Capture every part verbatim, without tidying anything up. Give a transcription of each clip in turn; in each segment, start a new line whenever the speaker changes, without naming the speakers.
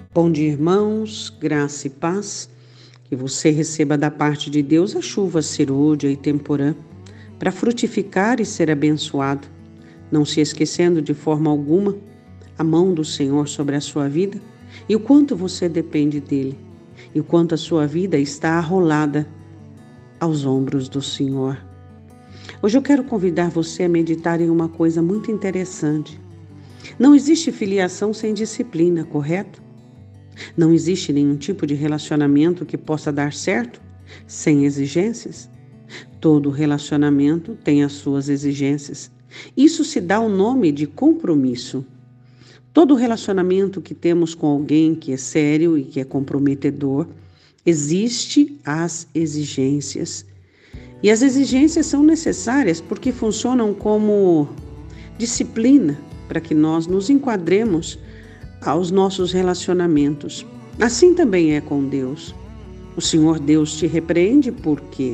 Bom dia, irmãos, graça e paz. Que você receba da parte de Deus a chuva serôdia e temporã, para frutificar e ser abençoado, não se esquecendo de forma alguma a mão do Senhor sobre a sua vida e o quanto você depende dele, e o quanto a sua vida está arrolada aos ombros do Senhor. Hoje eu quero convidar você a meditar em uma coisa muito interessante. Não existe filiação sem disciplina, correto? Não existe nenhum tipo de relacionamento que possa dar certo sem exigências. Todo relacionamento tem as suas exigências. Isso se dá o nome de compromisso. Todo relacionamento que temos com alguém que é sério e que é comprometedor, existe as exigências. E as exigências são necessárias porque funcionam como disciplina para que nós nos enquadremos aos nossos relacionamentos. Assim também é com Deus. O Senhor Deus te repreende por quê?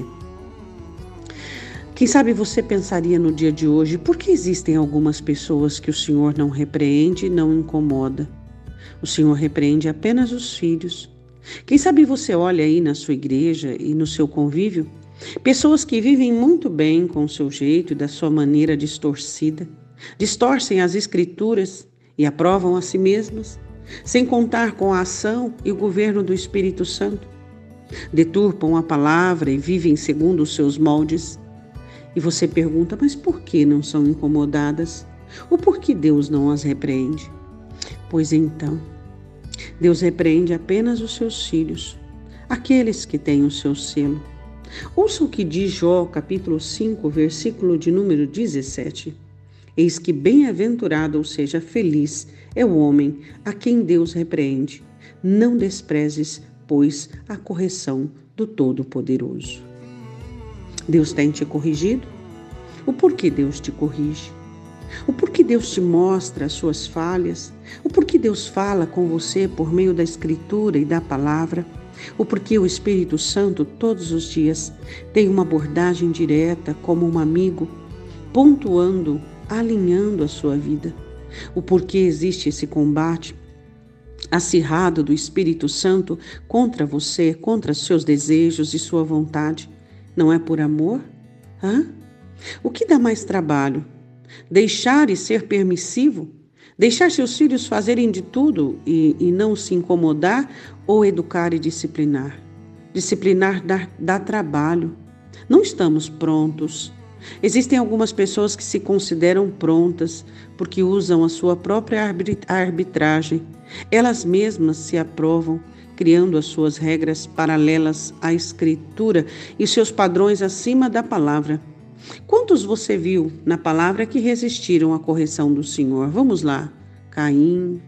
Quem sabe você pensaria no dia de hoje, por que existem algumas pessoas que o Senhor não repreende e não incomoda? O Senhor repreende apenas os filhos. Quem sabe você olha aí na sua igreja e no seu convívio, pessoas que vivem muito bem com o seu jeito e da sua maneira distorcida, distorcem as escrituras e aprovam a si mesmas, sem contar com a ação e o governo do Espírito Santo. Deturpam a palavra e vivem segundo os seus moldes. E você pergunta, mas por que não são incomodadas? Ou por que Deus não as repreende? Pois então, Deus repreende apenas os seus filhos, aqueles que têm o seu selo. Ouça o que diz Jó, capítulo cinco, versículo de número dezessete. Eis que bem-aventurado, ou seja, feliz, é o homem a quem Deus repreende. Não desprezes, pois, a correção do Todo-Poderoso. Deus tem te corrigido? O porquê Deus te corrige? O porquê Deus te mostra as suas falhas? O porquê Deus fala com você por meio da Escritura e da Palavra? O porquê o Espírito Santo, todos os dias, tem uma abordagem direta como um amigo, pontuando, alinhando a sua vida. O porquê existe esse combate acirrado do Espírito Santo contra você, contra seus desejos e sua vontade. Não é por amor? Hã? O que dá mais trabalho? Deixar e ser permissivo? Deixar seus filhos fazerem de tudo e, e não se incomodar, ou educar e disciplinar? Disciplinar dá, dá trabalho. Não estamos prontos. Existem algumas pessoas que se consideram prontas porque usam a sua própria arbitragem. Elas mesmas se aprovam, criando as suas regras paralelas à Escritura e seus padrões acima da palavra. Quantos você viu na palavra que resistiram à correção do Senhor? Vamos lá. Caim,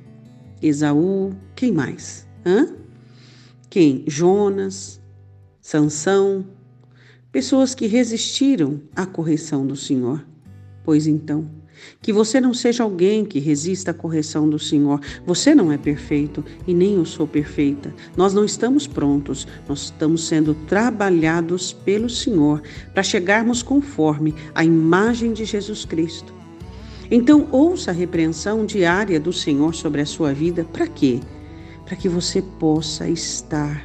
Esaú, quem mais? Hã? Quem? Jonas, Sansão. Pessoas que resistiram à correção do Senhor. Pois então, que você não seja alguém que resista à correção do Senhor. Você não é perfeito e nem eu sou perfeita. Nós não estamos prontos, nós estamos sendo trabalhados pelo Senhor para chegarmos conforme a imagem de Jesus Cristo. Então, ouça a repreensão diária do Senhor sobre a sua vida. Para quê? Para que você possa estar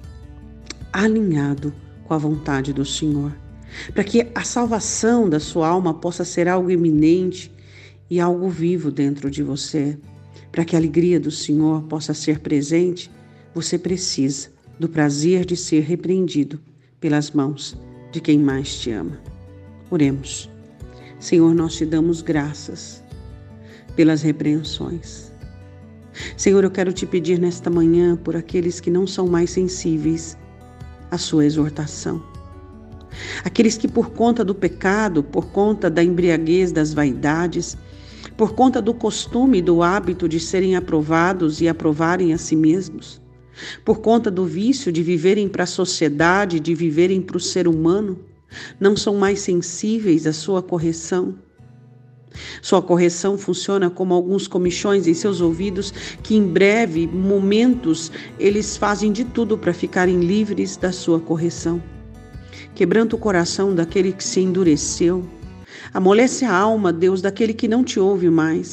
alinhado com a vontade do Senhor, para que a salvação da sua alma possa ser algo iminente e algo vivo dentro de você. Para que a alegria do Senhor possa ser presente, você precisa do prazer de ser repreendido pelas mãos de quem mais te ama. Oremos. Senhor, nós te damos graças pelas repreensões. Senhor, eu quero te pedir nesta manhã por aqueles que não são mais sensíveis à sua exortação. Aqueles que por conta do pecado, por conta da embriaguez das vaidades, por conta do costume e do hábito de serem aprovados e aprovarem a si mesmos, por conta do vício de viverem para a sociedade, de viverem para o ser humano, não são mais sensíveis à sua correção. Sua correção funciona como alguns comichões em seus ouvidos que em breve momentos eles fazem de tudo para ficarem livres da sua correção. Quebranta o coração daquele que se endureceu. Amolece a alma, Deus, daquele que não te ouve mais.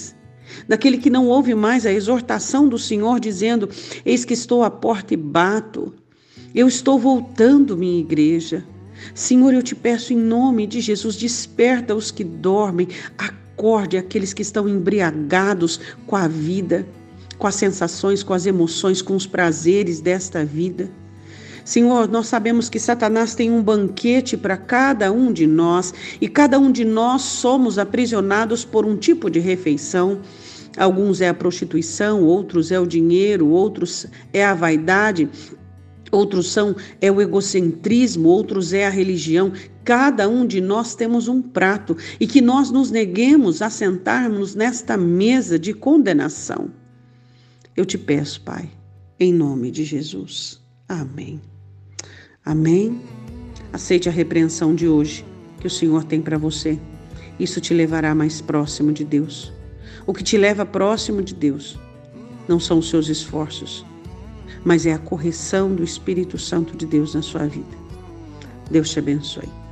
daquele que não ouve mais a exortação do Senhor dizendo: eis que estou à porta e bato, eu estou voltando, minha igreja. Senhor, eu te peço em nome de Jesus, desperta os que dormem, acorde aqueles que estão embriagados com a vida, com as sensações, com as emoções, com os prazeres desta vida. Senhor, nós sabemos que Satanás tem um banquete para cada um de nós e cada um de nós somos aprisionados por um tipo de refeição. Alguns é a prostituição, outros é o dinheiro, outros é a vaidade, outros são é o egocentrismo, outros é a religião. Cada um de nós temos um prato e que nós nos neguemos a sentarmos nesta mesa de condenação. Eu te peço, Pai, em nome de Jesus. Amém. Amém. Aceite a repreensão de hoje que o Senhor tem para você. Isso te levará mais próximo de Deus. O que te leva próximo de Deus não são os seus esforços, mas é a correção do Espírito Santo de Deus na sua vida. Deus te abençoe.